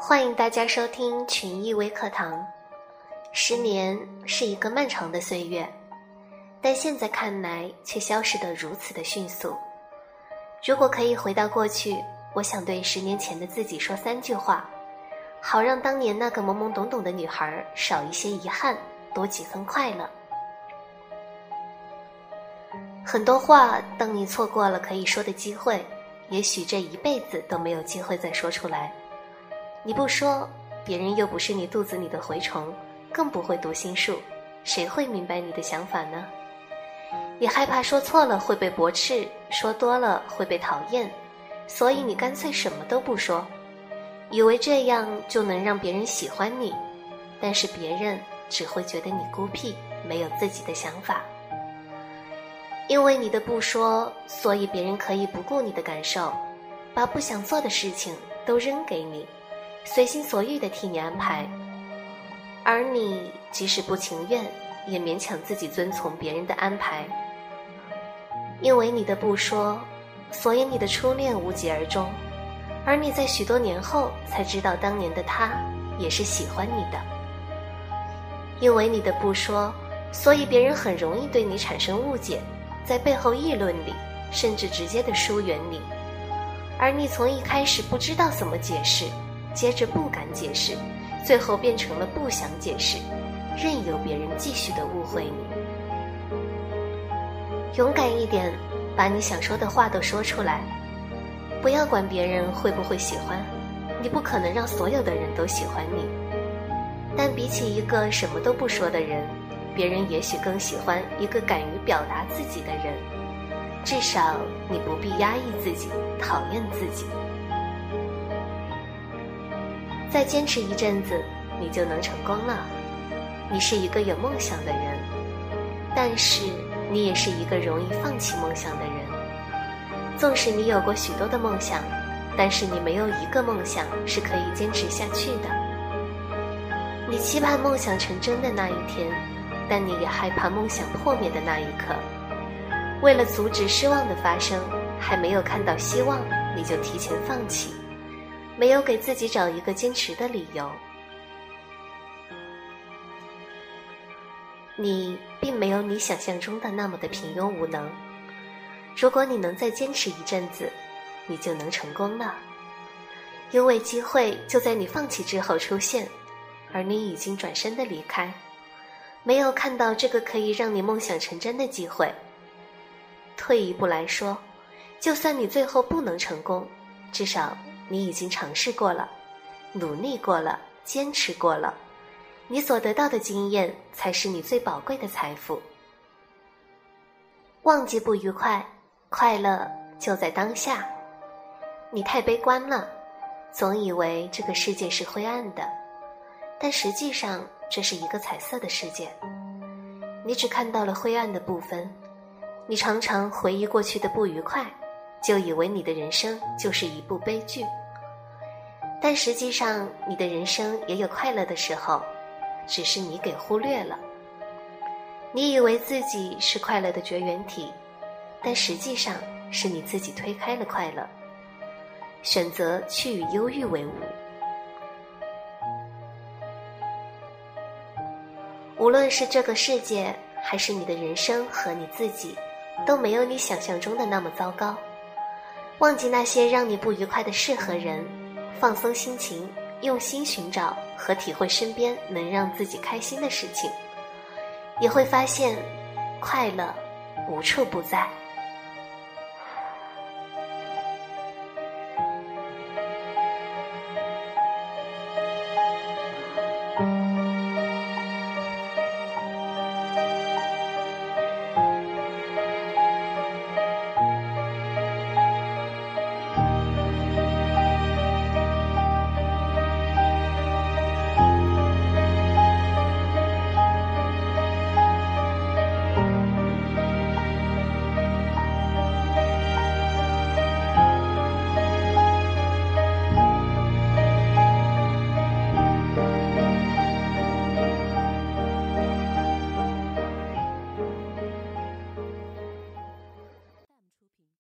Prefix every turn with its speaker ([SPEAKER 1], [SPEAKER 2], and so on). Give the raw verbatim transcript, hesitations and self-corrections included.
[SPEAKER 1] 欢迎大家收听群益微课堂。十年是一个漫长的岁月，但现在看来却消失得如此的迅速。如果可以回到过去，我想对十年前的自己说三句话，好让当年那个懵懵懂懂的女孩少一些遗憾，多几分快乐。很多话，当你错过了可以说的机会，也许这一辈子都没有机会再说出来。你不说，别人又不是你肚子里的蛔虫，更不会读心术，谁会明白你的想法呢？你害怕说错了会被驳斥，说多了会被讨厌，所以你干脆什么都不说，以为这样就能让别人喜欢你，但是别人只会觉得你孤僻，没有自己的想法。因为你的不说，所以别人可以不顾你的感受，把不想做的事情都扔给你，随心所欲地替你安排，而你即使不情愿，也勉强自己遵从别人的安排。因为你的不说，所以你的初恋无疾而终，而你在许多年后才知道当年的他也是喜欢你的。因为你的不说，所以别人很容易对你产生误解，在背后议论你，甚至直接的疏远你，而你从一开始不知道怎么解释，接着不敢解释，最后变成了不想解释，任由别人继续的误会你。勇敢一点，把你想说的话都说出来，不要管别人会不会喜欢，你不可能让所有的人都喜欢你，但比起一个什么都不说的人，别人也许更喜欢一个敢于表达自己的人，至少你不必压抑自己，讨厌自己。再坚持一阵子，你就能成功了。你是一个有梦想的人，但是你也是一个容易放弃梦想的人。纵使你有过许多的梦想，但是你没有一个梦想是可以坚持下去的。你期盼梦想成真的那一天，但你也害怕梦想破灭的那一刻。为了阻止失望的发生，还没有看到希望，你就提前放弃，没有给自己找一个坚持的理由。你并没有你想象中的那么的平庸无能。如果你能再坚持一阵子，你就能成功了。因为机会就在你放弃之后出现，而你已经转身的离开，没有看到这个可以让你梦想成真的机会。退一步来说，就算你最后不能成功，至少你已经尝试过了，努力过了，坚持过了，你所得到的经验才是你最宝贵的财富。忘记不愉快，快乐就在当下。你太悲观了，总以为这个世界是灰暗的，但实际上这是一个彩色的世界。你只看到了灰暗的部分，你常常回忆过去的不愉快，就以为你的人生就是一部悲剧。但实际上你的人生也有快乐的时候，只是你给忽略了。你以为自己是快乐的绝缘体，但实际上是你自己推开了快乐，选择去与忧郁为伍。无论是这个世界，还是你的人生和你自己，都没有你想象中的那么糟糕。忘记那些让你不愉快的事和人，放松心情，用心寻找和体会身边能让自己开心的事情，也会发现快乐无处不在。